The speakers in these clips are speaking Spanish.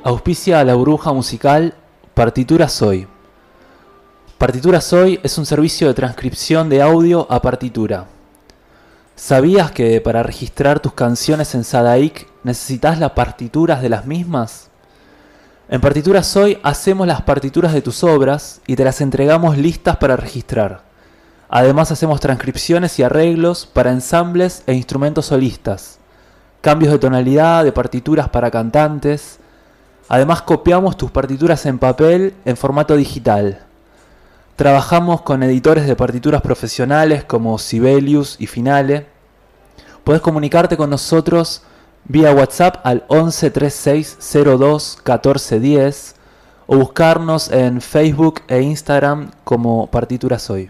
Auspicia a la burbuja musical Partitura Soy. Partitura Soy es un servicio de transcripción de audio a partitura. ¿Sabías que para registrar tus canciones en Sadaic necesitas las partituras de las mismas? En Partitura Soy hacemos las partituras de tus obras y te las entregamos listas para registrar. Además hacemos transcripciones y arreglos para ensambles e instrumentos solistas, cambios de tonalidad de partituras para cantantes. Además copiamos tus partituras en papel en formato digital. Trabajamos con editores de partituras profesionales como Sibelius y Finale. Podés comunicarte con nosotros vía WhatsApp al 11 36 02 14 10 o buscarnos en Facebook e Instagram como Partitura Soy.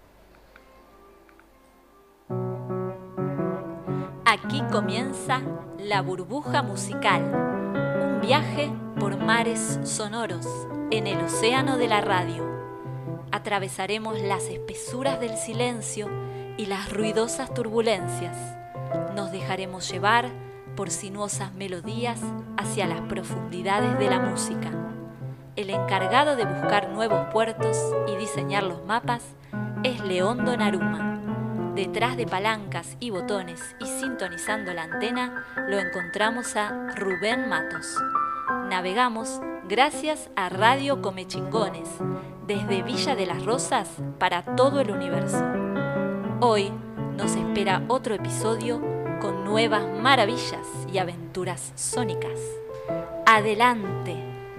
Aquí comienza La Burbuja Musical, un viaje por mares sonoros en el océano de la radio. Atravesaremos las espesuras del silencio y las ruidosas turbulencias. Nos dejaremos llevar por sinuosas melodías hacia las profundidades de la música. El encargado de buscar nuevos puertos y diseñar los mapas es Leondo Naruma. Detrás de palancas y botones y sintonizando la antena lo encontramos a Rubén Matos. Navegamos gracias a Radio Comechingones, desde Villa de las Rosas para todo el universo. Hoy nos espera otro episodio con nuevas maravillas y aventuras sónicas. ¡Adelante!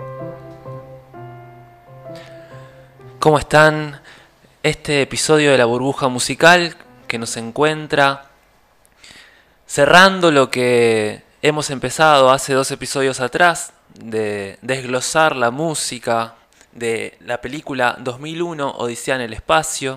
¿Cómo están? Este episodio de La Burbuja Musical que nos encuentra cerrando lo que hemos empezado hace 2 episodios atrás, de desglosar la música de la película 2001 Odisea en el espacio.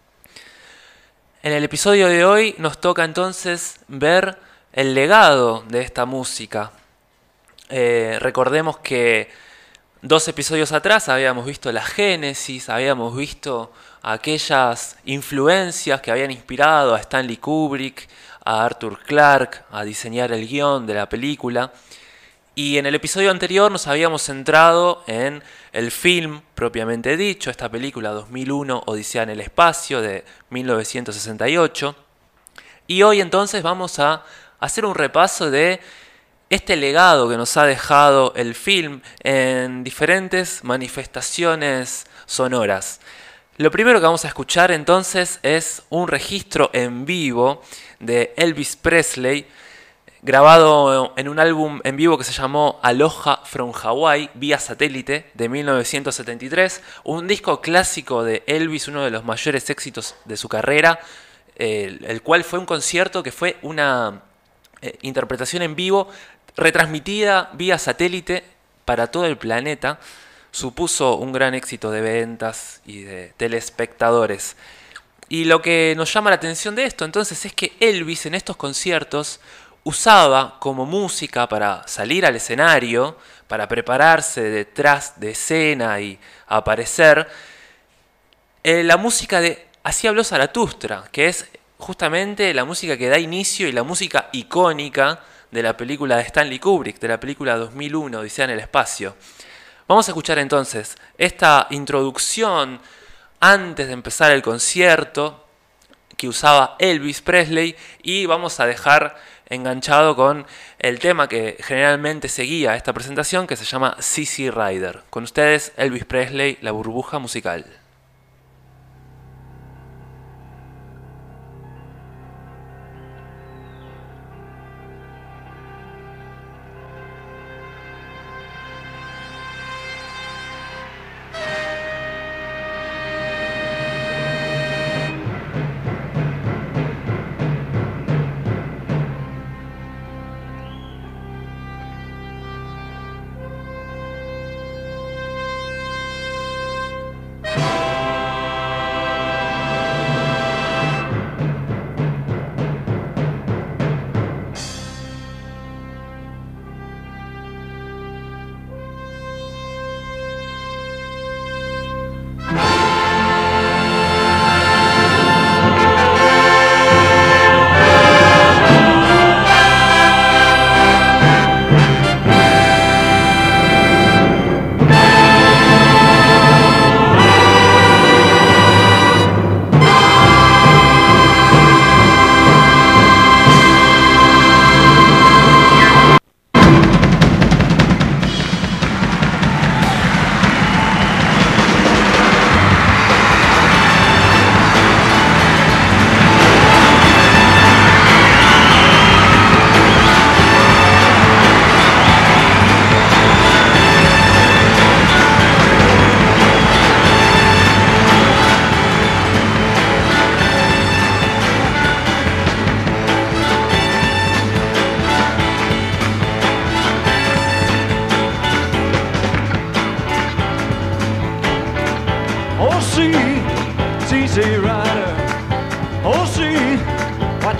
En el episodio de hoy nos toca entonces ver el legado de esta música. Recordemos que 2 episodios atrás habíamos visto la génesis, habíamos visto aquellas influencias que habían inspirado a Stanley Kubrick, a Arthur Clarke, a diseñar el guión de la película. Y en el episodio anterior nos habíamos centrado en el film propiamente dicho, esta película 2001 Odisea en el espacio de 1968. Y hoy entonces vamos a hacer un repaso de este legado que nos ha dejado el film en diferentes manifestaciones sonoras. Lo primero que vamos a escuchar entonces es un registro en vivo de Elvis Presley, grabado en un álbum en vivo que se llamó Aloha from Hawaii, vía satélite, de 1973, un disco clásico de Elvis, uno de los mayores éxitos de su carrera, el cual fue un concierto que fue una interpretación en vivo retransmitida vía satélite para todo el planeta. Supuso un gran éxito de ventas y de telespectadores. Y lo que nos llama la atención de esto entonces es que Elvis en estos conciertos usaba como música para salir al escenario, para prepararse detrás de escena y aparecer, la música de Así habló Zaratustra, que es justamente la música que da inicio y la música icónica de la película de Stanley Kubrick, de la película 2001, Odisea en el espacio. Vamos a escuchar entonces esta introducción antes de empezar el concierto que usaba Elvis Presley y vamos a dejar enganchado con el tema que generalmente seguía esta presentación, que se llama CC Rider. Con ustedes, Elvis Presley, La Burbuja Musical.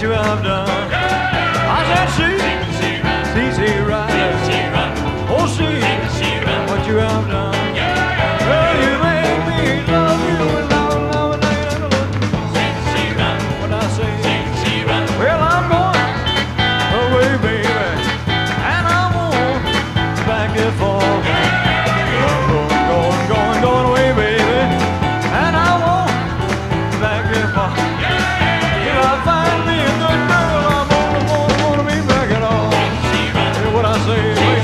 what you have done. I said, see, right. Oh, see, what you have done. Well, you made me love you without loving anyone. When I say, well, I'm going away, baby, and I won't back it for. Going away, baby, and I won't back it for. If I find me a good girl, I'm gonna be back at all. Hear what I say, baby.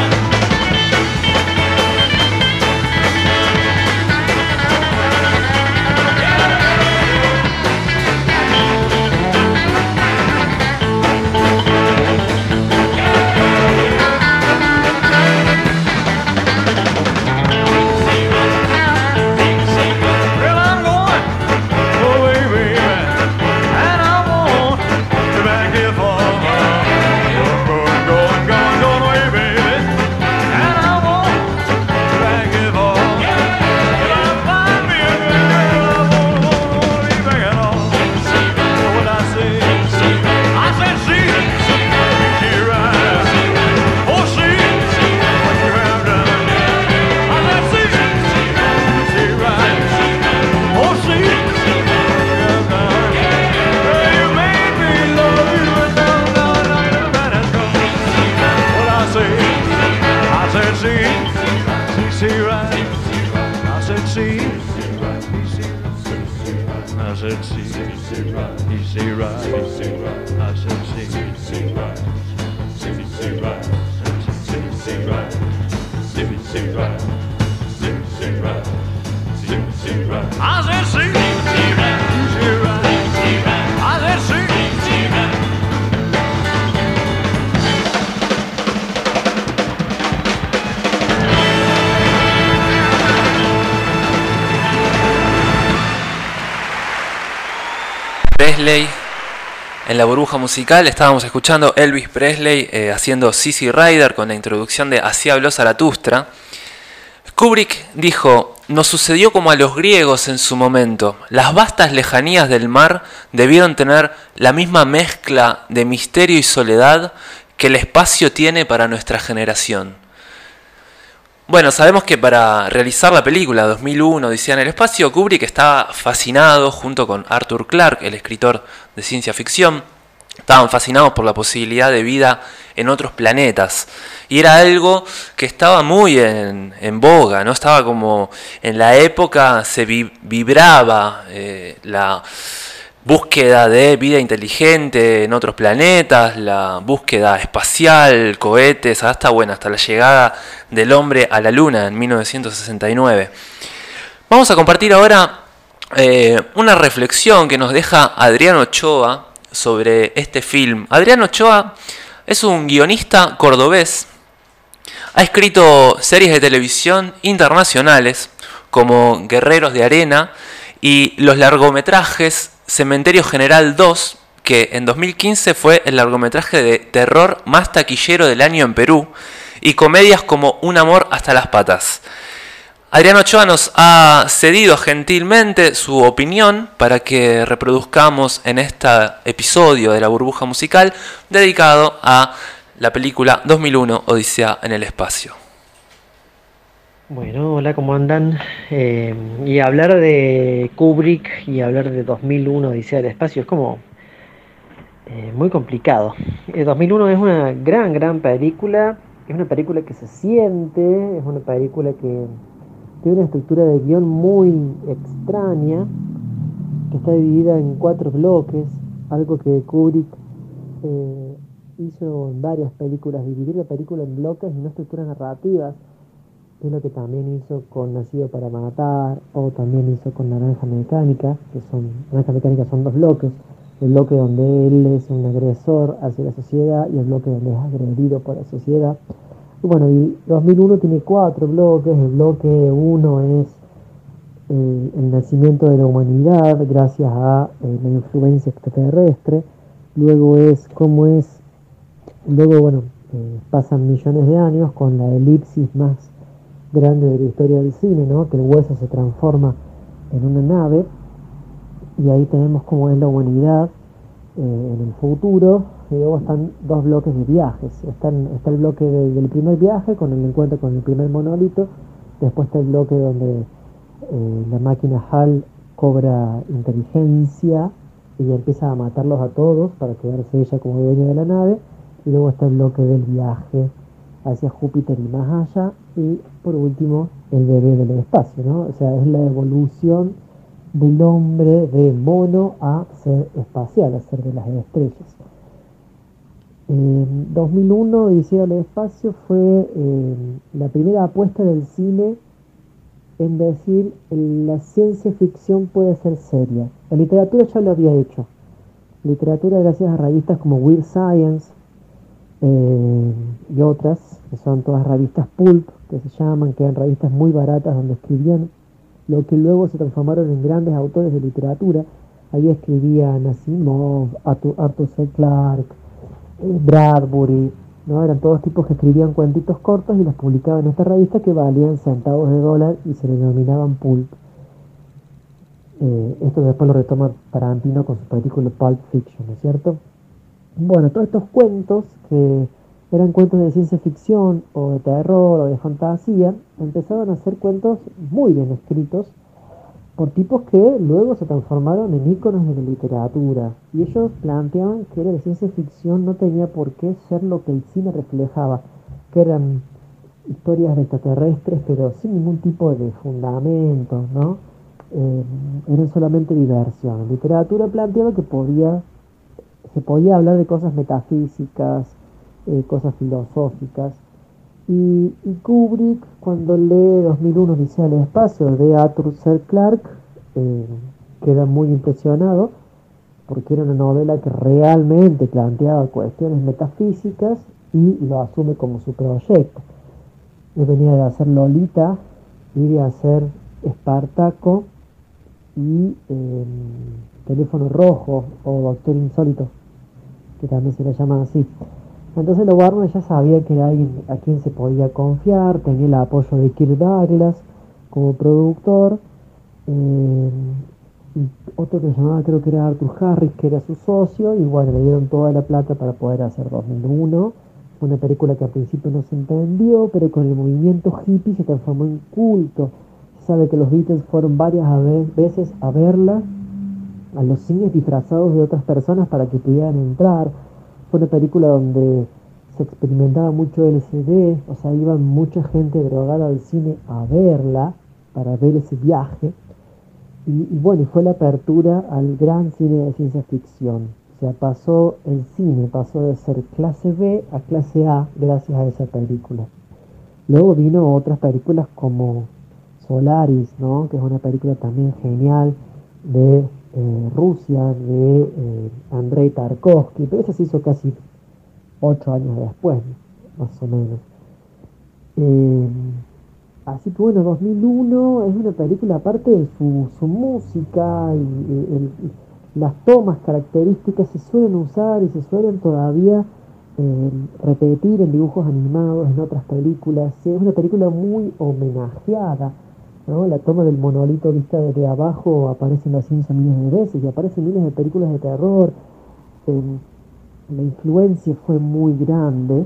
Presley. En la burbuja musical estábamos escuchando Elvis Presley haciendo Easy Rider con la introducción de Así habló Zaratustra. Kubrick dijo: nos sucedió como a los griegos en su momento. Las vastas lejanías del mar debieron tener la misma mezcla de misterio y soledad que el espacio tiene para nuestra generación. Bueno, sabemos que para realizar la película 2001, Odisea en el espacio, Kubrick estaba fascinado, junto con Arthur Clarke, el escritor de ciencia ficción, estaban fascinados por la posibilidad de vida en otros planetas. Y era algo que estaba muy en boga, ¿no? Estaba como en la época, se vibraba la búsqueda de vida inteligente en otros planetas, la búsqueda espacial, cohetes, hasta la llegada del hombre a la Luna en 1969. Vamos a compartir ahora una reflexión que nos deja Adrián Ochoa sobre este film. Adrián Ochoa es un guionista cordobés, ha escrito series de televisión internacionales como Guerreros de Arena y los largometrajes Cementerio General 2, que en 2015 fue el largometraje de terror más taquillero del año en Perú, y comedias como Un amor hasta las patas. Adrián Ochoa nos ha cedido gentilmente su opinión para que reproduzcamos en este episodio de La Burbuja Musical dedicado a la película 2001, Odisea en el espacio. Bueno, hola, ¿cómo andan? Y hablar de Kubrick y hablar de 2001, Odisea del espacio, es como muy complicado. 2001 es una gran película, es una película que se siente, es una película que tiene una estructura de guión muy extraña, que está dividida en 4 bloques, algo que Kubrick hizo en varias películas, dividir la película en bloques y no estructuras narrativas. Es lo que también hizo con Nacido para Matar, o también hizo con Naranja Mecánica, Naranja Mecánica son 2 bloques, el bloque donde él es un agresor hacia la sociedad y el bloque donde es agredido por la sociedad. Y bueno, y 2001 tiene 4 bloques, el bloque 1 es el nacimiento de la humanidad gracias a la influencia extraterrestre, luego es cómo es, pasan millones de años con la elipsis más grande de la historia del cine, ¿no? Que el hueso se transforma en una nave y ahí tenemos cómo es la humanidad en el futuro, y luego están dos bloques de viajes. Está el bloque del primer viaje con el encuentro con el primer monolito, después está el bloque donde la máquina HAL cobra inteligencia y empieza a matarlos a todos para quedarse ella como dueña de la nave, y luego está el bloque del viaje hacia Júpiter y más allá, y por último el bebé del espacio, ¿no? O sea, es la evolución del hombre de mono a ser espacial, a ser de las estrellas. 2001, Odisea del Espacio fue la primera apuesta del cine en decir la ciencia ficción puede ser seria. La literatura ya lo había hecho. Literatura gracias a revistas como Weird Science y otras, que son todas revistas pulp, que se llaman, que eran revistas muy baratas donde escribían lo que luego se transformaron en grandes autores de literatura. Ahí escribían Asimov, Arthur C. Clarke, Bradbury, ¿no? Eran todos tipos que escribían cuentitos cortos y los publicaban en esta revista que valían centavos de dólar y se denominaban pulp. Esto después lo retoma Tarantino con su película Pulp Fiction, ¿no es cierto? Bueno, todos estos cuentos que eran cuentos de ciencia ficción o de terror o de fantasía, empezaron a ser cuentos muy bien escritos por tipos que luego se transformaron en íconos de la literatura. Y ellos planteaban que la ciencia ficción no tenía por qué ser lo que el cine reflejaba, que eran historias de extraterrestres, pero sin ningún tipo de fundamento, ¿no? Eran solamente diversión. La literatura planteaba que se podía hablar de cosas metafísicas, cosas filosóficas. Y Kubrick, cuando lee 2001 Odisea del Espacio de Arthur C. Clarke, queda muy impresionado porque era una novela que realmente planteaba cuestiones metafísicas y lo asume como su proyecto. Él venía de hacer Lolita y de hacer Espartaco y Teléfono Rojo o Doctor Insólito, que también se le llama así. Entonces la Warner ya sabía que era alguien a quien se podía confiar, tenía el apoyo de Kirk Douglas como productor, y otro que se llamaba, creo que era Arthur Harris, que era su socio, y bueno, le dieron toda la plata para poder hacer 2001. Fue una película que al principio no se entendió, pero con el movimiento hippie se transformó en culto. Se sabe que los Beatles fueron varias veces a verla a los cines disfrazados de otras personas para que pudieran entrar. Fue una película donde se experimentaba mucho LSD, o sea, iba mucha gente drogada al cine a verla, para ver ese viaje. Y bueno, fue la apertura al gran cine de ciencia ficción. O sea, el cine pasó de ser clase B a clase A gracias a esa película. Luego vino otras películas como Solaris, ¿no? Que es una película también genial de Rusia, de Andrei Tarkovsky, pero esa se hizo casi 8 años después, más o menos. Así que bueno, 2001 es una película, aparte de su música y las tomas características se suelen usar y se suelen todavía repetir en dibujos animados, en otras películas. Es una película muy homenajeada, ¿no? La toma del monolito vista desde abajo aparece en la ciencia miles de veces y aparece en miles de películas de terror. La influencia fue muy grande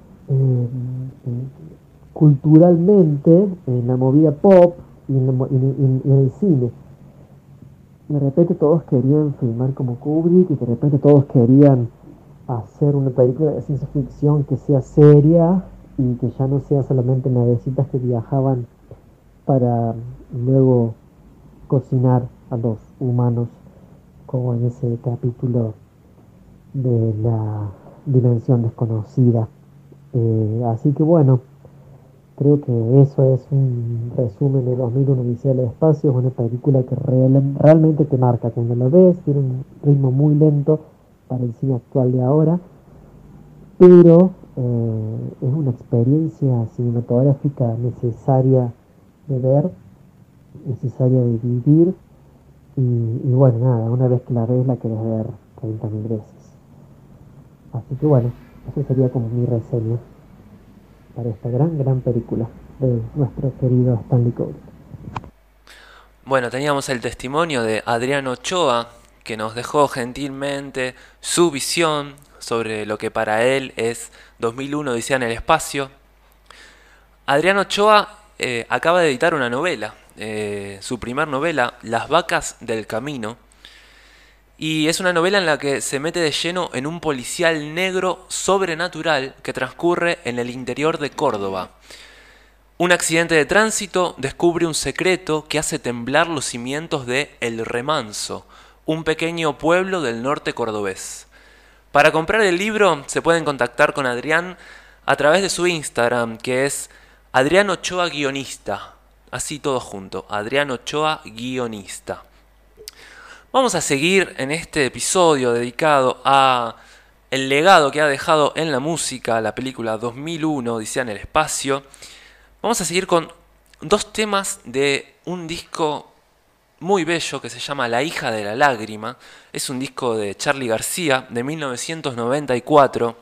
culturalmente en la movida pop y en el cine. De repente todos querían filmar como Kubrick y de repente todos querían hacer una película de ciencia ficción que sea seria y que ya no sea solamente navecitas que viajaban para luego cocinar a los humanos, como en ese capítulo de la dimensión desconocida. Así que bueno, creo que eso es un resumen de 2001 Odisea del Espacio. Es una película que realmente te marca cuando la ves. Tiene un ritmo muy lento para el cine actual de ahora, pero es una experiencia cinematográfica necesaria de ver, necesaria de vivir, y bueno, nada, una vez que la ves la querés ver 30.000 veces. Así que bueno, eso sería como mi reseña para esta gran película de nuestro querido Stanley Kubrick. Bueno, teníamos el testimonio de Adriano Ochoa, que nos dejó gentilmente su visión sobre lo que para él es 2001 Odisea en el espacio. Adrián Ochoa acaba de editar una novela, su primer novela, Las vacas del camino, y es una novela en la que se mete de lleno en un policial negro sobrenatural que transcurre en el interior de Córdoba. Un accidente de tránsito descubre un secreto que hace temblar los cimientos de El Remanso, un pequeño pueblo del norte cordobés. Para comprar el libro se pueden contactar con Adrián a través de su Instagram, que es Adrián Ochoa Guionista. Así todo junto, Adrián Ochoa Guionista. Vamos a seguir en este episodio dedicado a el legado que ha dejado en la música la película 2001 Odisea en el espacio. Vamos a seguir con dos temas de un disco muy bello que se llama La hija de la lágrima. Es un disco de Charly García de 1994.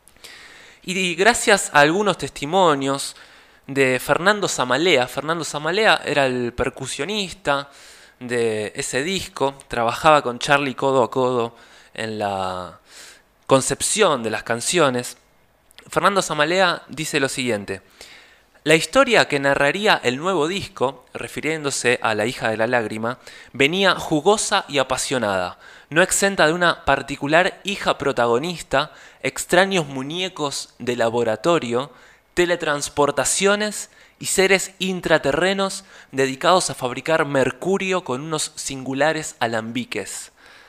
Y gracias a algunos testimonios de Fernando Zamalea. Fernando Zamalea era el percusionista de ese disco, trabajaba con Charly codo a codo en la concepción de las canciones. Fernando Zamalea dice lo siguiente: la historia que narraría el nuevo disco, refiriéndose a La hija de la lágrima, venía jugosa y apasionada, no exenta de una particular hija protagonista, extraños muñecos de laboratorio, teletransportaciones y seres intraterrenos dedicados a fabricar mercurio con unos singulares alambiques.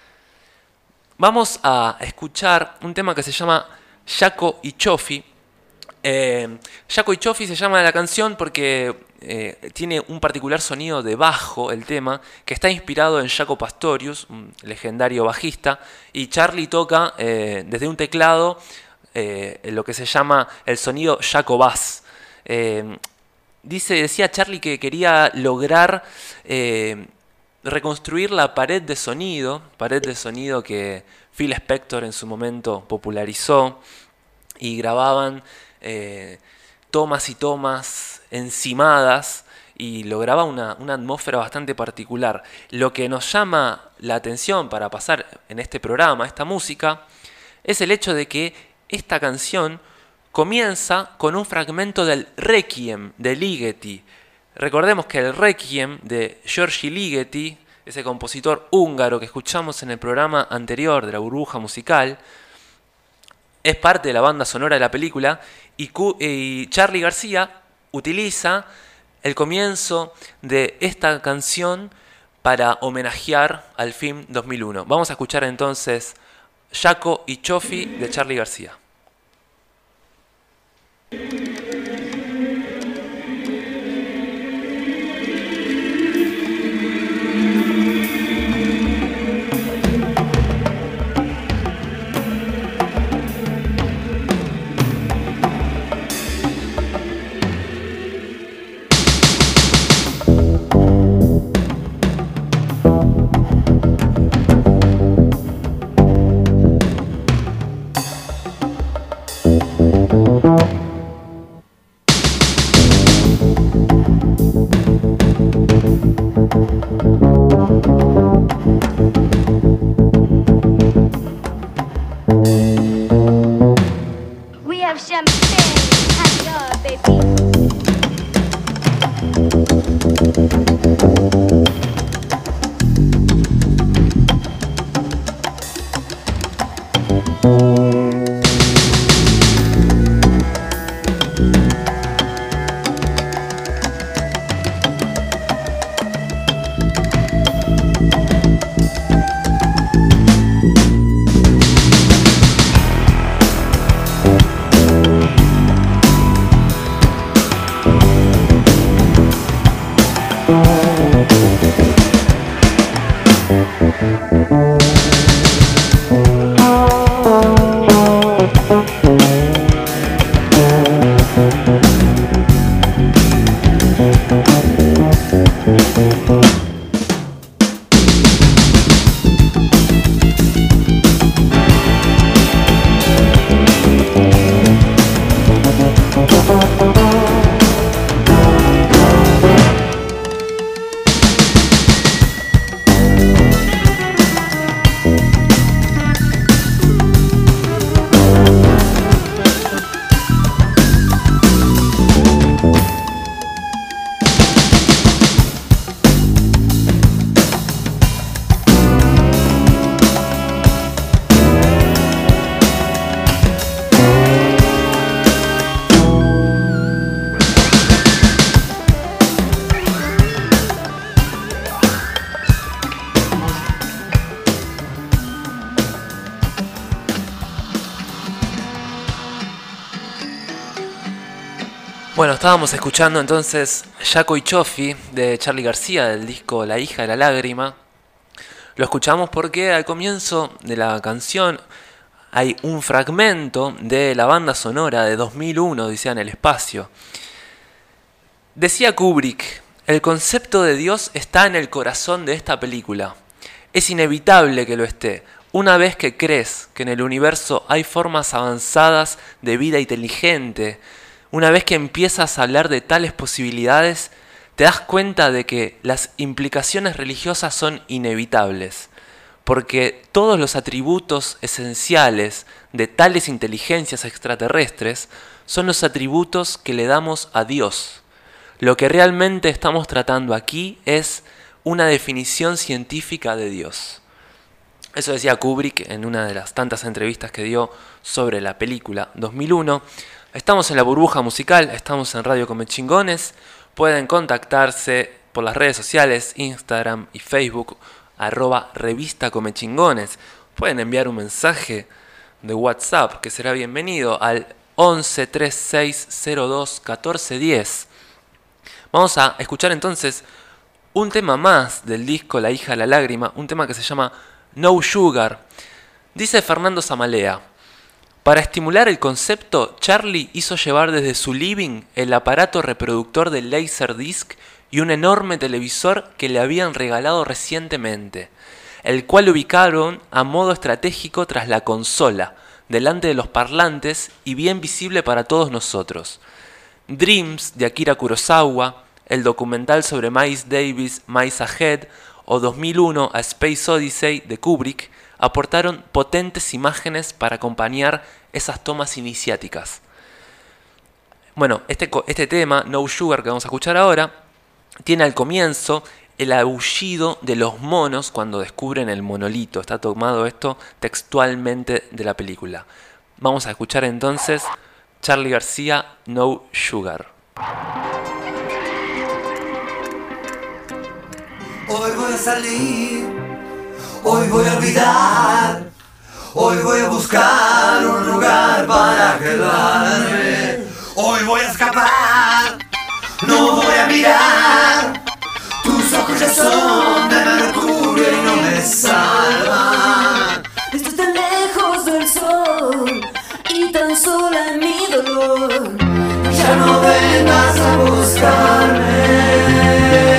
Vamos a escuchar un tema que se llama Yaco y Chofi. Yaco y Chofi se llama la canción porque tiene un particular sonido de bajo, el tema, que está inspirado en Jaco Pastorius, un legendario bajista, y Charly toca desde un teclado lo que se llama el sonido Jaco Bass. Decía Charly que quería lograr reconstruir la pared de sonido que Phil Spector en su momento popularizó, y grababan tomas y tomas encimadas y lograba una atmósfera bastante particular. Lo que nos llama la atención para pasar en este programa, esta música, es el hecho de que esta canción comienza con un fragmento del Requiem de Ligeti. Recordemos que el Requiem de György Ligeti, ese compositor húngaro que escuchamos en el programa anterior de La Burbuja Musical, es parte de la banda sonora de la película, y Charly García utiliza el comienzo de esta canción para homenajear al film 2001. Vamos a escuchar entonces Yaco y Chofi de Charly García. We have champagne, caviar, baby. Bueno, estábamos escuchando entonces Yaco y Chofi de Charly García del disco La hija de la lágrima. Lo escuchamos porque al comienzo de la canción hay un fragmento de la banda sonora de 2001, Odisea en el espacio. Decía Kubrick, el concepto de Dios está en el corazón de esta película. Es inevitable que lo esté. Una vez que crees que en el universo hay formas avanzadas de vida inteligente, una vez que empiezas a hablar de tales posibilidades, te das cuenta de que las implicaciones religiosas son inevitables, porque todos los atributos esenciales de tales inteligencias extraterrestres son los atributos que le damos a Dios. Lo que realmente estamos tratando aquí es una definición científica de Dios. Eso decía Kubrick en una de las tantas entrevistas que dio sobre la película 2001. Estamos en la burbuja musical, estamos en Radio Comechingones. Pueden contactarse por las redes sociales, Instagram y Facebook, @revista Comechingones. Pueden enviar un mensaje de WhatsApp que será bienvenido al 11 36 02 14 10. Vamos a escuchar entonces un tema más del disco La hija de la lágrima, un tema que se llama No Sugar. Dice Fernando Zamalea: para estimular el concepto, Charly hizo llevar desde su living el aparato reproductor del Laserdisc y un enorme televisor que le habían regalado recientemente, el cual ubicaron a modo estratégico tras la consola, delante de los parlantes y bien visible para todos nosotros. Dreams de Akira Kurosawa, el documental sobre Miles Davis, Miles Ahead, o 2001 A Space Odyssey de Kubrick aportaron potentes imágenes para acompañar esas tomas iniciáticas. Bueno, este tema, No Sugar, que vamos a escuchar ahora, tiene al comienzo el aullido de los monos cuando descubren el monolito. Está tomado esto textualmente de la película. Vamos a escuchar entonces Charly García, No Sugar. Hoy voy a salir, hoy voy a olvidar, hoy voy a buscar un lugar para quedarme. Hoy voy a escapar, no voy a mirar, tus ojos ya son de mercurio y no me salvan. Estoy tan lejos del sol y tan sola en mi dolor. Ya no vengas a buscarme.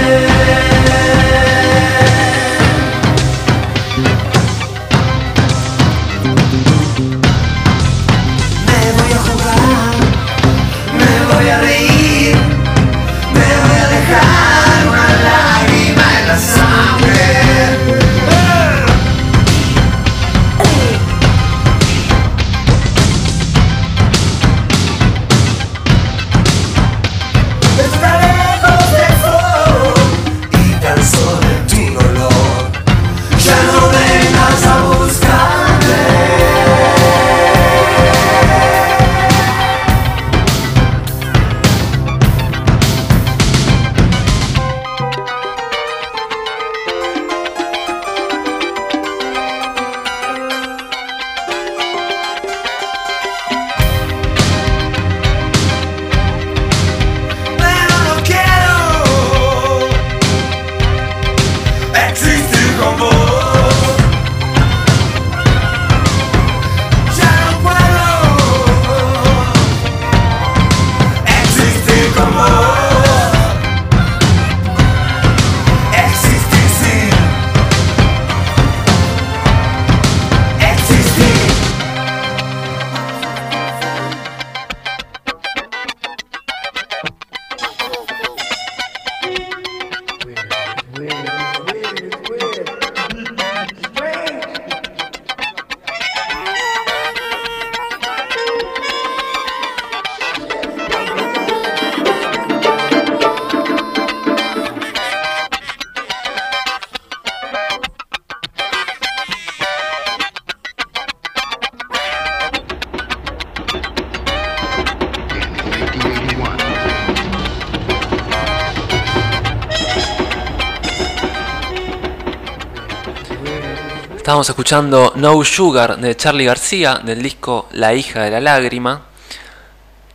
Voy a reír, me voy a dejar una lágrima en la sangre. Está lejos del sol y tan solo en tu dolor. Ya no vengas a buscarme. Estábamos escuchando No Sugar de Charly García del disco La hija de la lágrima.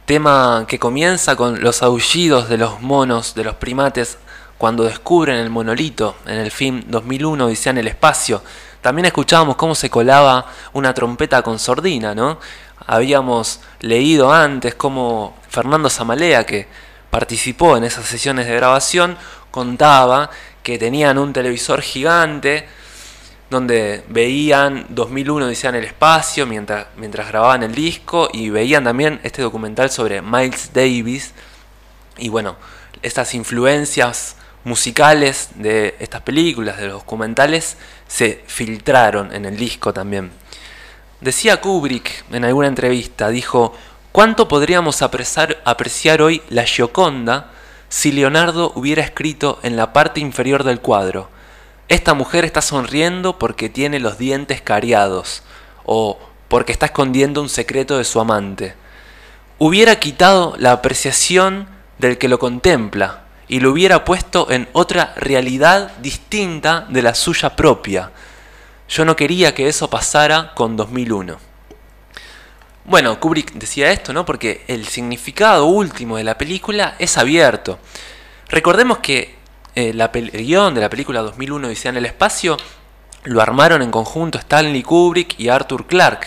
Tema que comienza con los aullidos de los monos, de los primates, cuando descubren el monolito en el film 2001, Odisea en el espacio. También escuchábamos cómo se colaba una trompeta con sordina, ¿no? Habíamos leído antes cómo Fernando Zamalea, que participó en esas sesiones de grabación, contaba que tenían un televisor gigante donde veían 2001 Odisea en el espacio mientras grababan el disco, y veían también este documental sobre Miles Davis. Y bueno, estas influencias musicales de estas películas, de los documentales, se filtraron en el disco también. Decía Kubrick en alguna entrevista, dijo: ¿cuánto podríamos apreciar hoy la Gioconda si Leonardo hubiera escrito en la parte inferior del cuadro: esta mujer está sonriendo porque tiene los dientes cariados, o porque está escondiendo un secreto de su amante? Hubiera quitado la apreciación del que lo contempla y lo hubiera puesto en otra realidad distinta de la suya propia. Yo no quería que eso pasara con 2001. Bueno, Kubrick decía esto, ¿no? Porque el significado último de la película es abierto. Recordemos que el guión de la película 2001 Odisea en el espacio lo armaron en conjunto Stanley Kubrick y Arthur Clarke,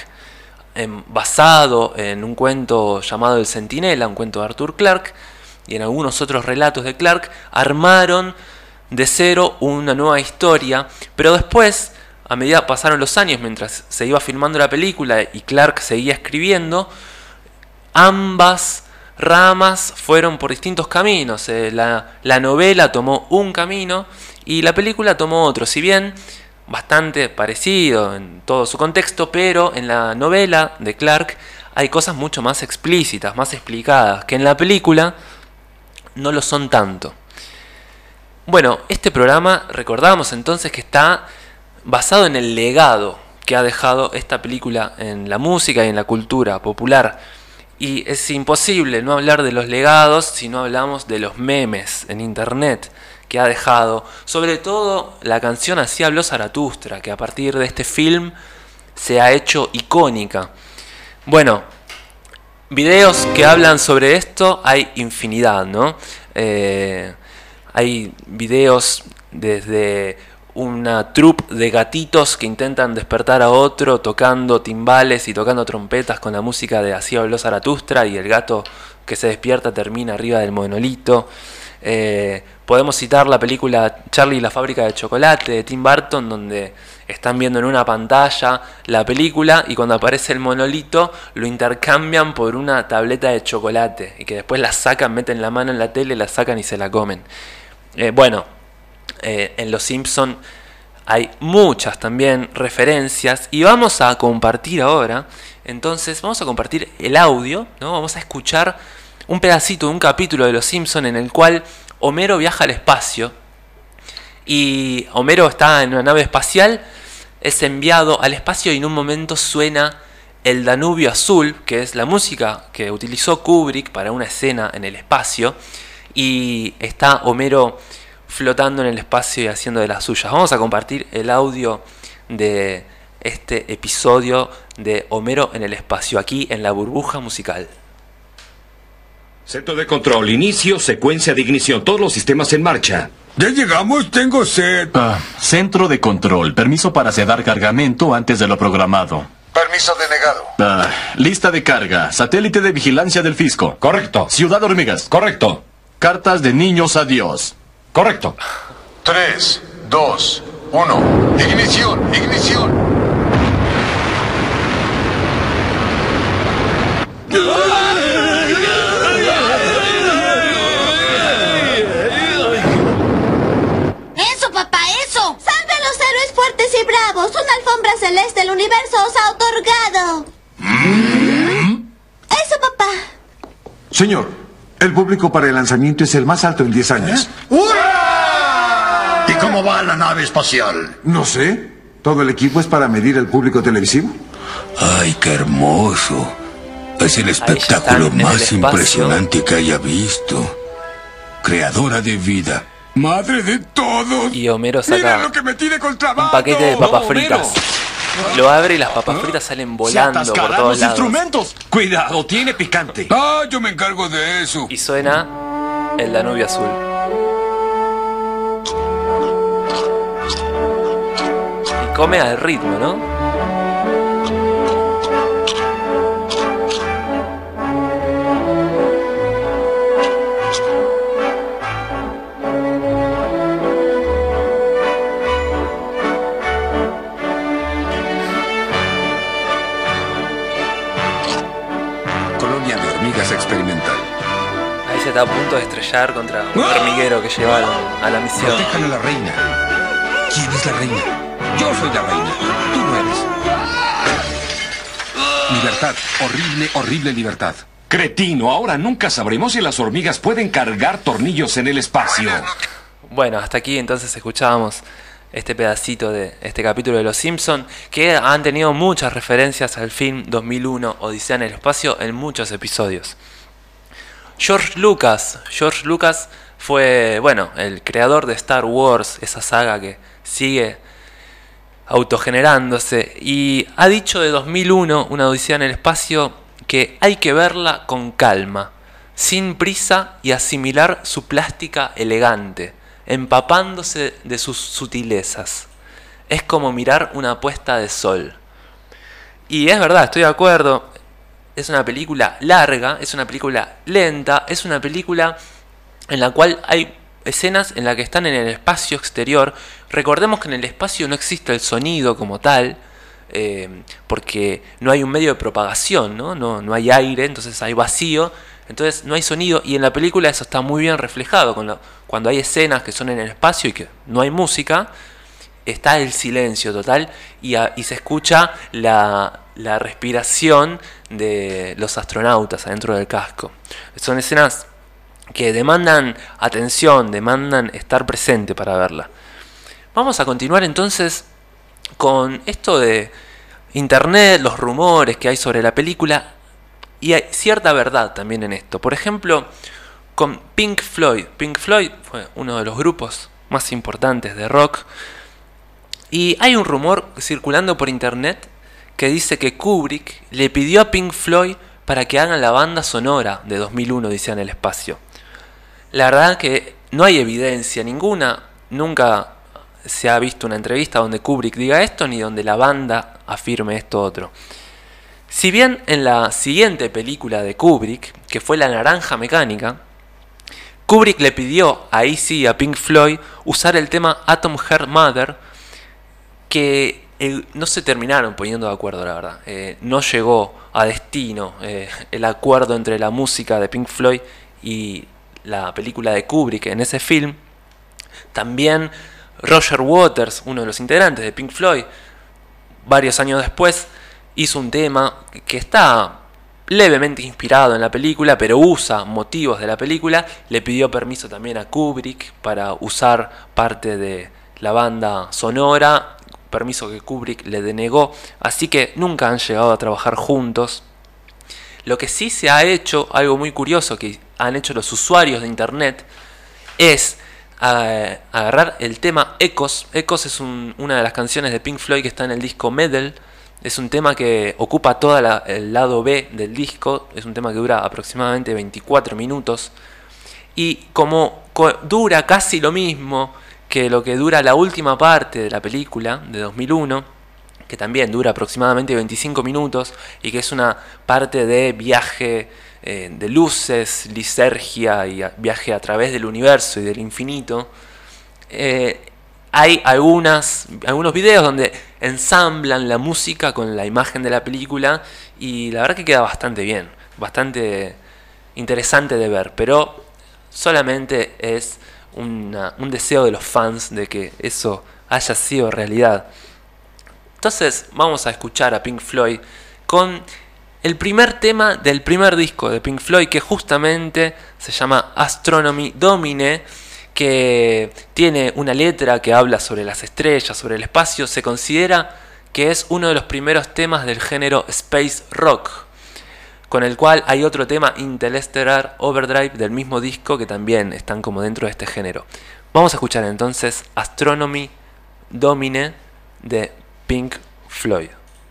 basado en un cuento llamado El Centinela, un cuento de Arthur Clarke, y en algunos otros relatos de Clarke. Armaron de cero una nueva historia, pero después, a medida pasaron los años, mientras se iba filmando la película y Clarke seguía escribiendo, ambas ramas fueron por distintos caminos. La novela tomó un camino y la película tomó otro, si bien bastante parecido en todo su contexto, pero en la novela de Clarke hay cosas mucho más explícitas, más explicadas, que en la película no lo son tanto. Bueno, este programa, recordamos entonces que está basado en el legado que ha dejado esta película en la música y en la cultura popular. Y es imposible no hablar de los legados si no hablamos de los memes en internet que ha dejado, sobre todo la canción Así habló Zaratustra, que a partir de este film se ha hecho icónica. Bueno, videos que hablan sobre esto hay infinidad, ¿no? Hay videos desde una troupe de gatitos que intentan despertar a otro tocando timbales y tocando trompetas con la música de Así habló Zaratustra, y el gato que se despierta termina arriba del monolito. Podemos citar la película Charlie y la fábrica de chocolate de Tim Burton, donde están viendo en una pantalla la película y cuando aparece el monolito lo intercambian por una tableta de chocolate y que después la sacan, meten la mano en la tele, la sacan y se la comen. En Los Simpson hay muchas también referencias y vamos a compartir ahora, entonces vamos a compartir el audio, ¿no? Vamos a escuchar un pedacito de un capítulo de Los Simpson en el cual Homero viaja al espacio y Homero está en una nave espacial, es enviado al espacio y en un momento suena El Danubio Azul, que es la música que utilizó Kubrick para una escena en el espacio, y está Homero flotando en el espacio y haciendo de las suyas. Vamos a compartir el audio de este episodio de Homero en el espacio, aquí en La Burbuja Musical. Centro de control, inicio, secuencia de ignición, todos los sistemas en marcha. Ya llegamos, tengo sed. Centro de control, permiso para sedar cargamento antes de lo programado. Permiso denegado. Lista de carga, satélite de vigilancia del fisco. Correcto. Ciudad Hormigas. Correcto. Cartas de niños a Dios. Correcto. 3, 2, 1. Ignición, ignición. ¡Eso, papá, eso! ¡Salve a los héroes fuertes y bravos! ¡Una alfombra celeste del universo os ha otorgado! ¡Eso, papá! Señor, el público para el lanzamiento es el más alto en 10 años. ¡Hurra! ¿Y cómo va la nave espacial? No sé. ¿Todo el equipo es para medir el público televisivo? ¡Ay, qué hermoso! Es el espectáculo más impresionante que haya visto. Creadora de vida. Madre de todos. Y Homero saca lo que me tiene con trabajo. un paquete de papas fritas. Lo abre y las papas fritas salen volando por todos lados. Instrumentos. Cuidado, tiene picante. Ah, yo me encargo de eso. Y suena el Danubio Azul. Y come al ritmo, ¿no? Colonia de hormigas experimental. Ahí se está a punto de estrellar contra un hormiguero que llevaron a la misión. Protejan a la reina. ¿Quién es la reina? Yo soy la reina. Tú no eres. Libertad. Horrible, horrible libertad. Cretino, ahora nunca sabremos si las hormigas pueden cargar tornillos en el espacio. Bueno, hasta aquí entonces escuchábamos este pedacito de este capítulo de Los Simpson, que han tenido muchas referencias al film 2001 Odisea en el espacio en muchos episodios. George Lucas fue, bueno, el creador de Star Wars, esa saga que sigue autogenerándose, y ha dicho de 2001, una Odisea en el espacio, que hay que verla con calma, sin prisa, y asimilar su plástica elegante, empapándose de sus sutilezas. Es como mirar una puesta de sol. Y es verdad, estoy de acuerdo. Es una película larga, es una película lenta, es una película en la cual hay escenas en las que están en el espacio exterior. Recordemos que en el espacio no existe el sonido como tal, porque no hay un medio de propagación, no hay aire, entonces hay vacío, entonces no hay sonido, y en la película eso está muy bien reflejado. Cuando hay escenas que son en el espacio y que no hay música, está el silencio total y se escucha la respiración de los astronautas adentro del casco. Son escenas que demandan atención, demandan estar presente para verla. Vamos a continuar entonces con esto de internet, los rumores que hay sobre la película, y hay cierta verdad también en esto. Por ejemplo, con Pink Floyd. Pink Floyd fue uno de los grupos más importantes de rock, y hay un rumor circulando por internet que dice que Kubrick le pidió a Pink Floyd para que hagan la banda sonora de 2001 Odisea en el espacio. La verdad que no hay evidencia ninguna, nunca se ha visto una entrevista donde Kubrick diga esto, ni donde la banda afirme esto otro. Si bien en la siguiente película de Kubrick, que fue La Naranja Mecánica, Kubrick le pidió ahí sí a Pink Floyd usar el tema Atom Heart Mother, que no se terminaron poniendo de acuerdo, la verdad. No llegó a destino el acuerdo entre la música de Pink Floyd y la película de Kubrick en ese film. También Roger Waters, uno de los integrantes de Pink Floyd, varios años después hizo un tema que está levemente inspirado en la película, pero usa motivos de la película. Le pidió permiso también a Kubrick para usar parte de la banda sonora, permiso que Kubrick le denegó, así que nunca han llegado a trabajar juntos. Lo que sí se ha hecho, algo muy curioso que han hecho los usuarios de internet, es agarrar el tema Echoes. Echoes es una de las canciones de Pink Floyd que está en el disco Medal. Es un tema que ocupa todo el lado B del disco. Es un tema que dura aproximadamente 24 minutos. Y como dura casi lo mismo que lo que dura la última parte de la película de 2001, que también dura aproximadamente 25 minutos, y que es una parte de viaje de luces, lisergia y viaje a través del universo y del infinito. Hay algunos videos donde ensamblan la música con la imagen de la película, y la verdad que queda bastante bien, bastante interesante de ver, pero solamente es un deseo de los fans de que eso haya sido realidad. Entonces vamos a escuchar a Pink Floyd con el primer tema del primer disco de Pink Floyd, que justamente se llama Astronomy Domine, que tiene una letra que habla sobre las estrellas, sobre el espacio. Se considera que es uno de los primeros temas del género space rock, con el cual hay otro tema, Interstellar Overdrive, del mismo disco, que también están como dentro de este género. Vamos a escuchar entonces Astronomy Domine de Pink Floyd.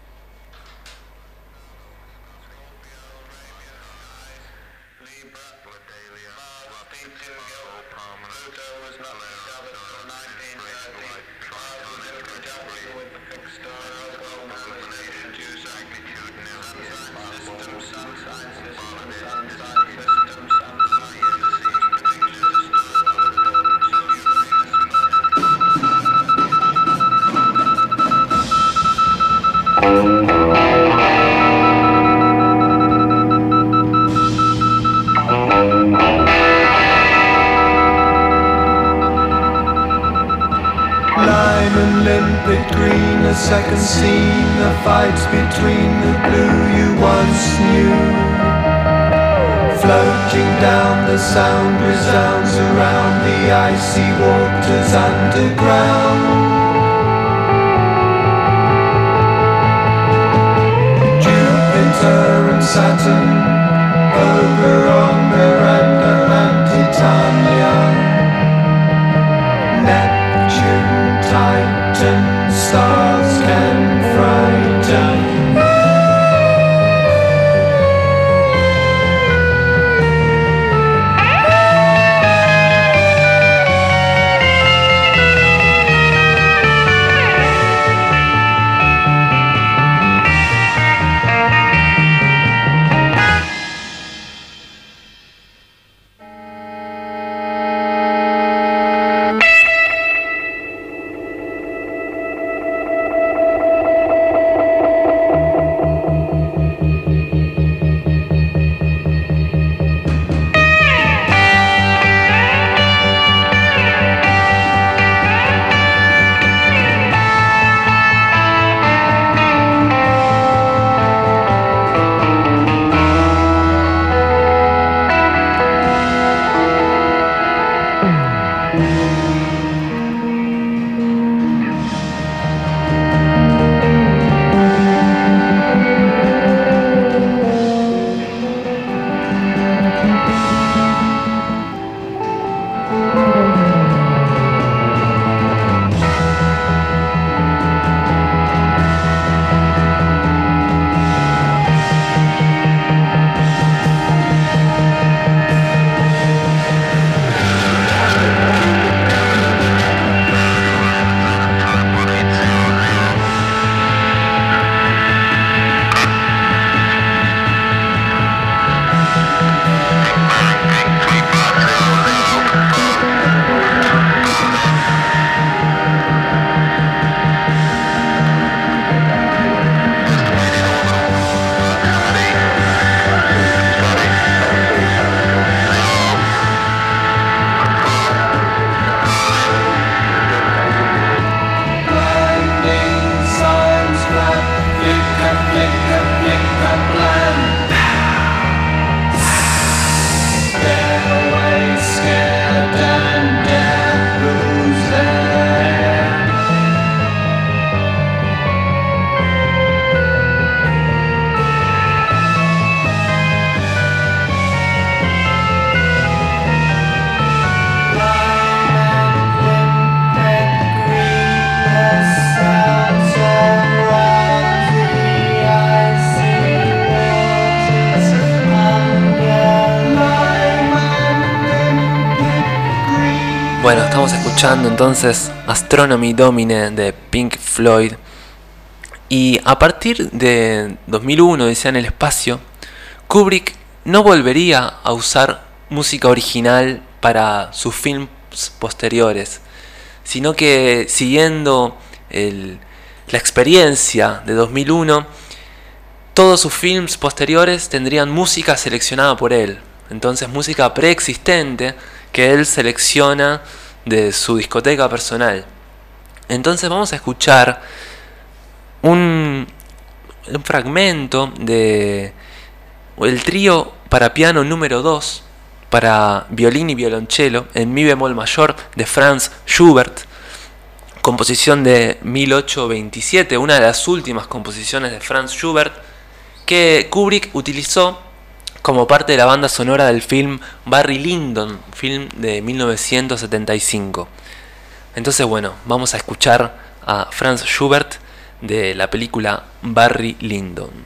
A second scene, the fights between the blue you once knew. Floating down, the sound resounds around the icy waters underground. Jupiter and Saturn, Oberon, Miranda and Titania, Neptune, Titan, stars can frighten. Bueno, estamos escuchando entonces Astronomy Domine de Pink Floyd. Y a partir de 2001, Odisea en el espacio, Kubrick no volvería a usar música original para sus films posteriores, sino que siguiendo la experiencia de 2001, todos sus films posteriores tendrían música seleccionada por él. Entonces música preexistente que él selecciona de su discoteca personal. Entonces vamos a escuchar un fragmento de el trío para piano número 2 para violín y violonchelo en mi bemol mayor de Franz Schubert, composición de 1827, una de las últimas composiciones de Franz Schubert que Kubrick utilizó como parte de la banda sonora del film Barry Lyndon, film de 1975. Entonces bueno, vamos a escuchar a Franz Schubert de la película Barry Lyndon.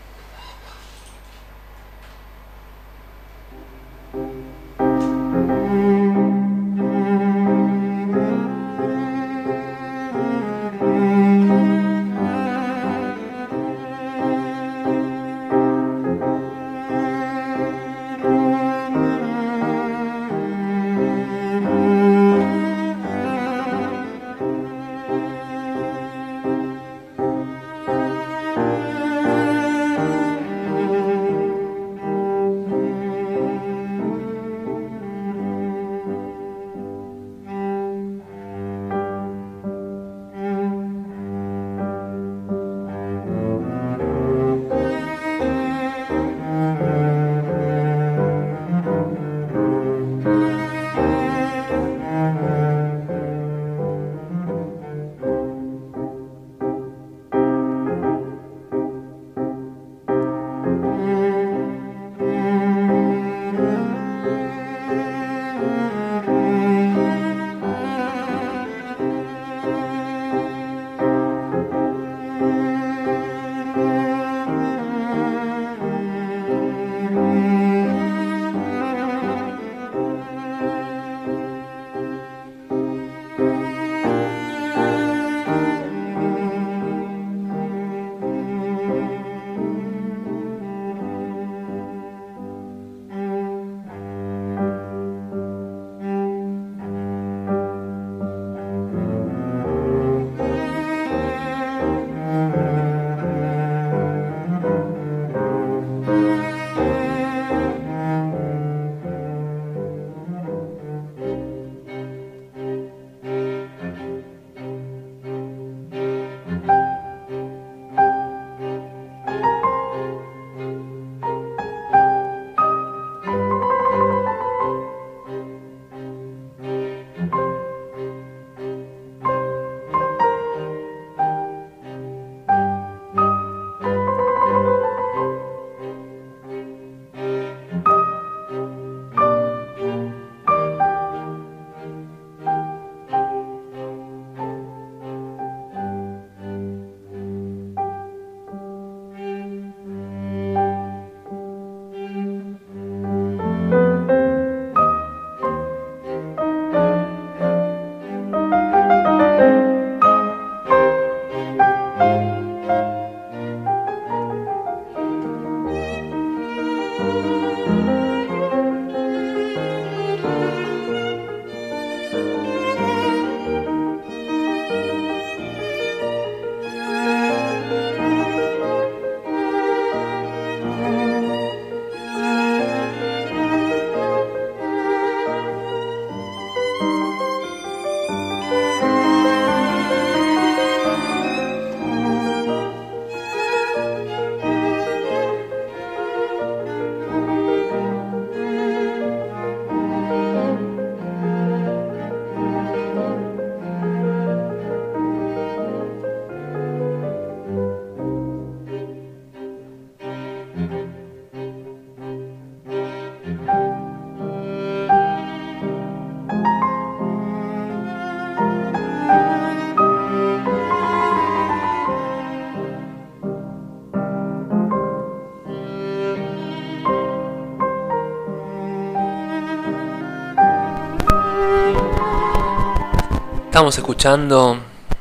Estamos escuchando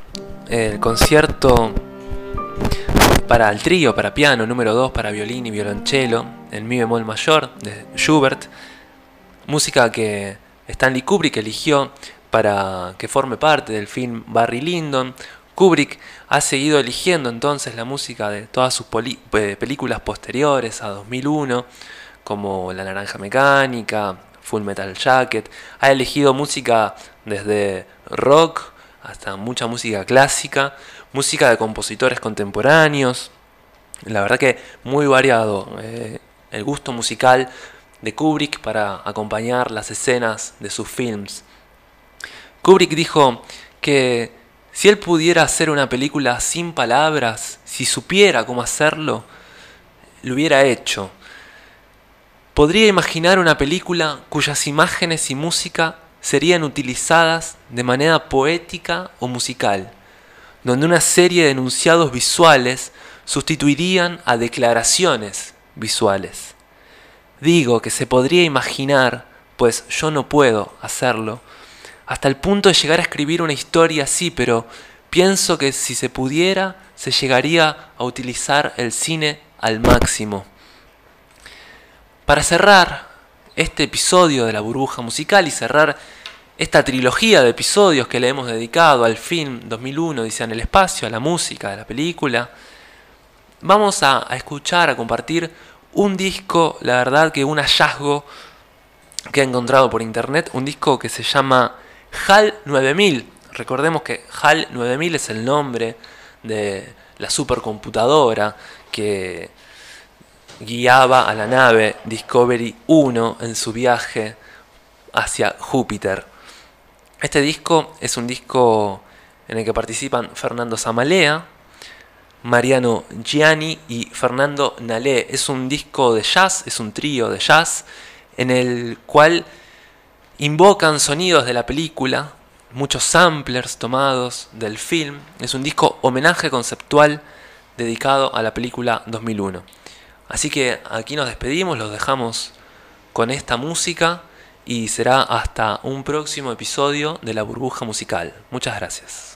el concierto para el trío, para piano, número 2, para violín y violonchelo, en mi bemol mayor, de Schubert. Música que Stanley Kubrick eligió para que forme parte del film Barry Lyndon. Kubrick ha seguido eligiendo entonces la música de todas sus películas posteriores a 2001, como La Naranja Mecánica, Full Metal Jacket. Ha elegido música desde rock hasta mucha música clásica, música de compositores contemporáneos. La verdad que muy variado el gusto musical de Kubrick para acompañar las escenas de sus films. Kubrick dijo que si él pudiera hacer una película sin palabras, si supiera cómo hacerlo, lo hubiera hecho. Podría imaginar una película cuyas imágenes y música serían utilizadas de manera poética o musical. donde una serie de enunciados visuales sustituirían a declaraciones visuales. Digo que se podría imaginar, pues yo no puedo hacerlo, hasta el punto de llegar a escribir una historia así, pero pienso que si se pudiera, se llegaría a utilizar el cine al máximo. Para cerrar este episodio de La Burbuja Musical y cerrar esta trilogía de episodios que le hemos dedicado al film 2001, Odisea en el Espacio, a la música de la película, vamos a escuchar, a compartir un disco, la verdad que un hallazgo que he encontrado por internet, un disco que se llama HAL 9000. Recordemos que HAL 9000 es el nombre de la supercomputadora que guiaba a la nave Discovery 1 en su viaje hacia Júpiter. Este disco es un disco en el que participan Fernando Zamalea, Mariano Gianni y Fernando Nalé. Es un disco de jazz, es un trío de jazz en el cual invocan sonidos de la película, muchos samplers tomados del film. Es un disco homenaje conceptual dedicado a la película 2001. Así que aquí nos despedimos, los dejamos con esta música y será hasta un próximo episodio de La Burbuja Musical. Muchas gracias.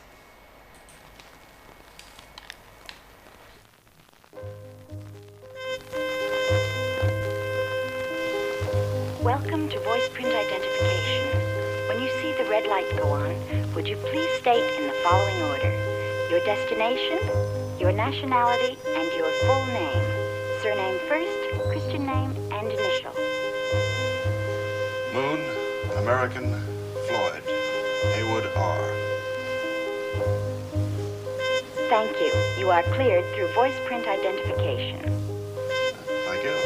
Welcome to voice print identification. When you see the red light go on, would you please state in the following order your destination, your nationality, and your full name. Surname first, Christian name, and initial. Moon, American, Floyd, Haywood R. Thank you. You are cleared through voice print identification. Thank you.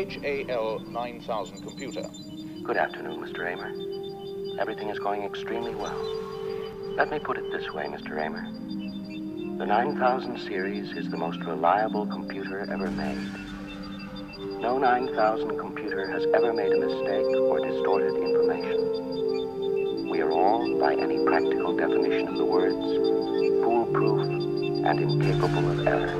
HAL 9000 computer. Good afternoon, Mr. Raymer. Everything is going extremely well. Let me put it this way, Mr. Raymer. The 9000 series is the most reliable computer ever made. No 9000 computer has ever made a mistake or distorted information. We are all, by any practical definition of the words, foolproof and incapable of error.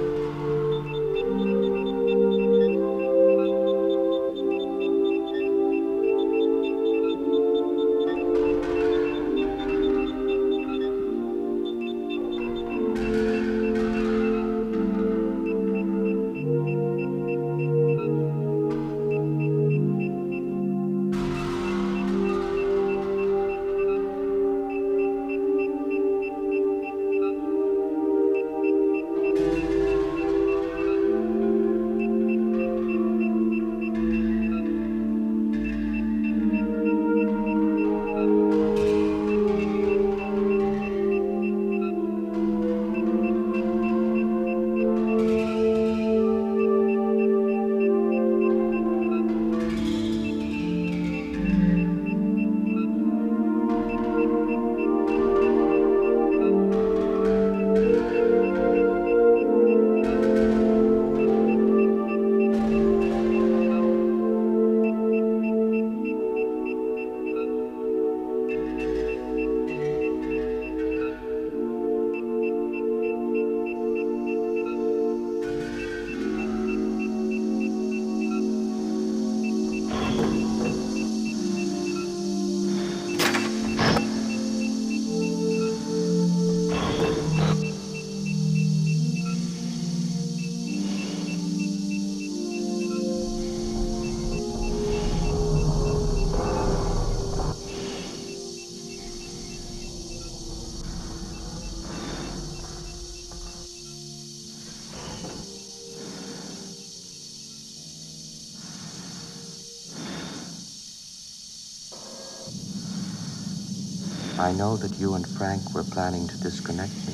I know that you and Frank were planning to disconnect me.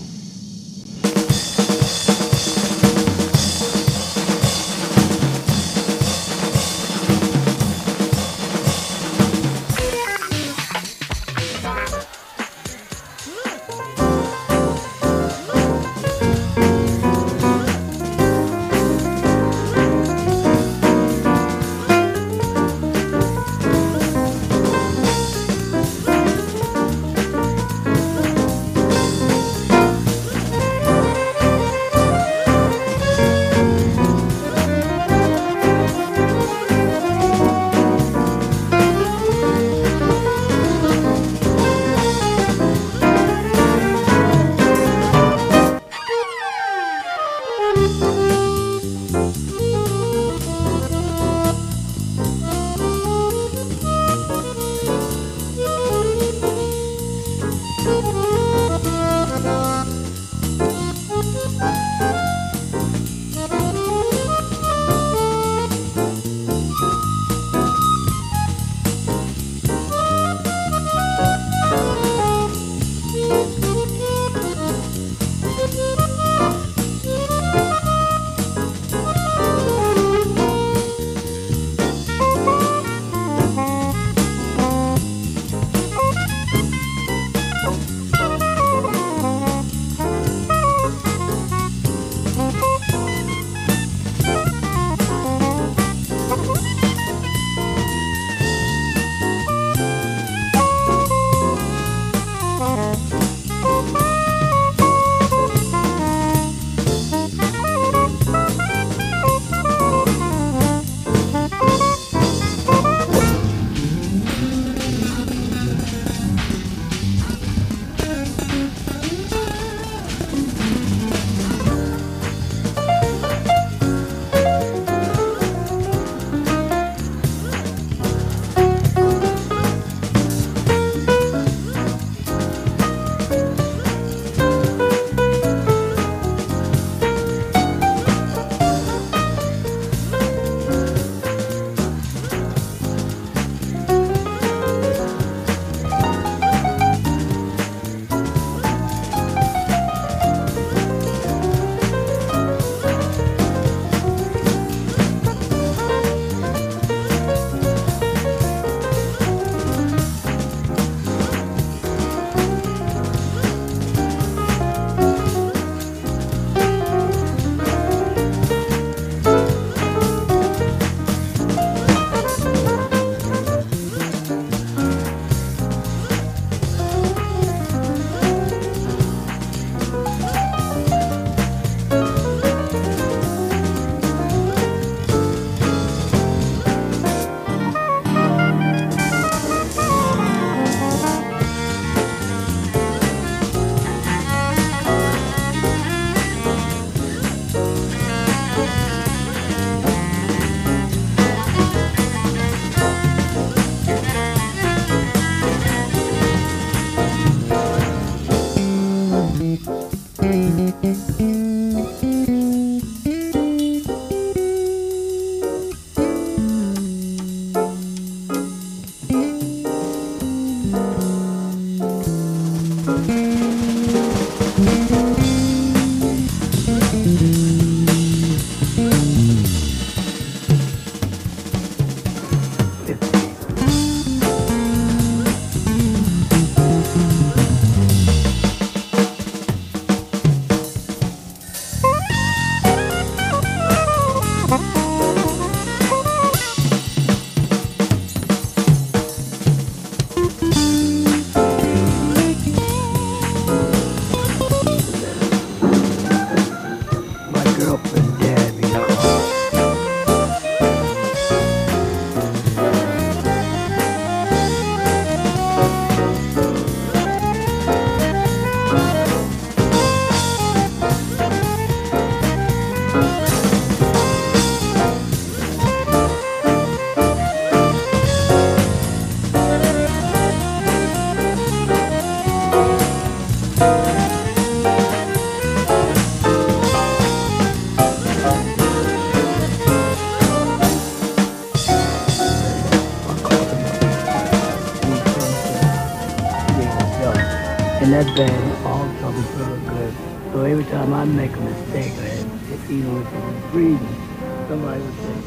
And that band also was really good. So every time I make a mistake, even if it was breathing, somebody would say,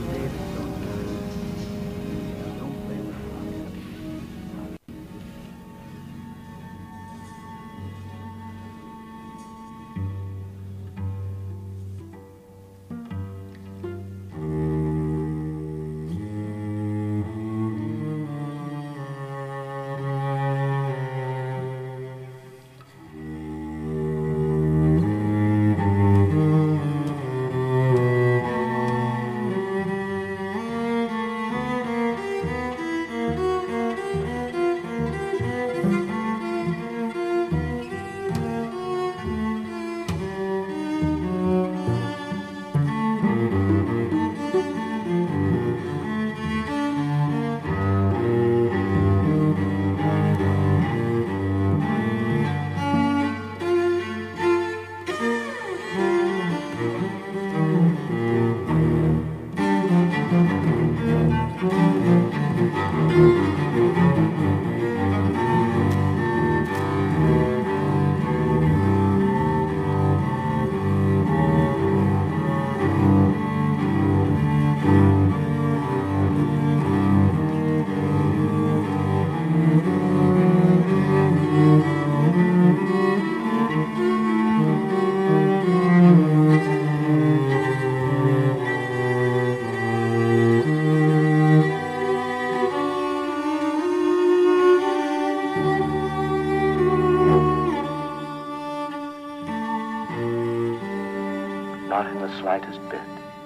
Not in the slightest bit.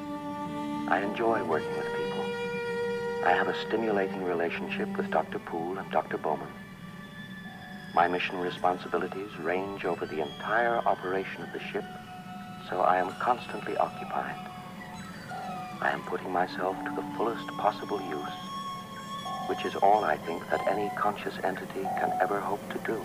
I enjoy working with people. I have a stimulating relationship with Dr. Poole and Dr. Bowman. My mission responsibilities range over the entire operation of the ship, so I am constantly occupied. I am putting myself to the fullest possible use, which is all I think that any conscious entity can ever hope to do.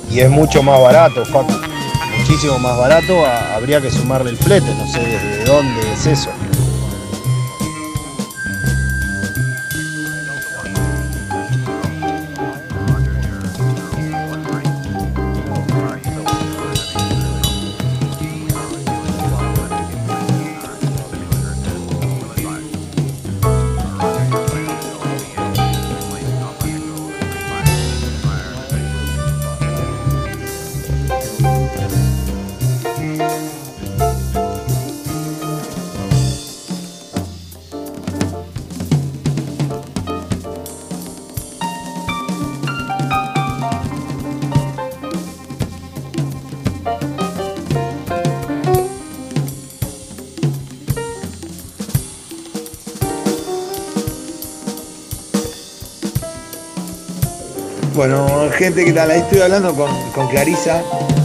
y es mucho más barato, Facu. Muchísimo más barato, habría que sumarle el flete, no sé desde dónde es eso. Bueno, gente, ¿qué tal? Ahí estoy hablando con Clarisa.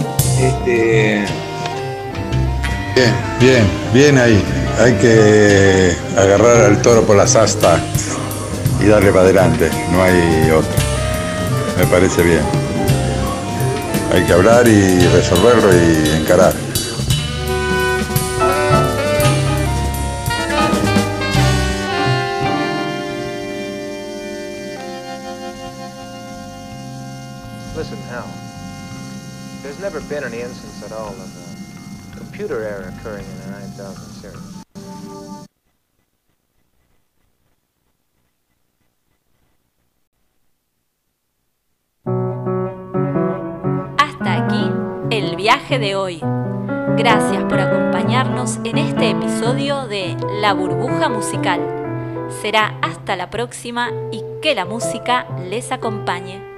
Bien ahí. Hay que agarrar al toro por las astas y darle para adelante. No hay otra. Me parece bien. Hay que hablar y resolverlo y encarar. Listen, Hal. There's never been any instance at all of a computer error occurring in the 9000 series. Hasta aquí el viaje de hoy. Gracias por acompañarnos en este episodio de La Burbuja Musical. Será hasta la próxima y que la música les acompañe.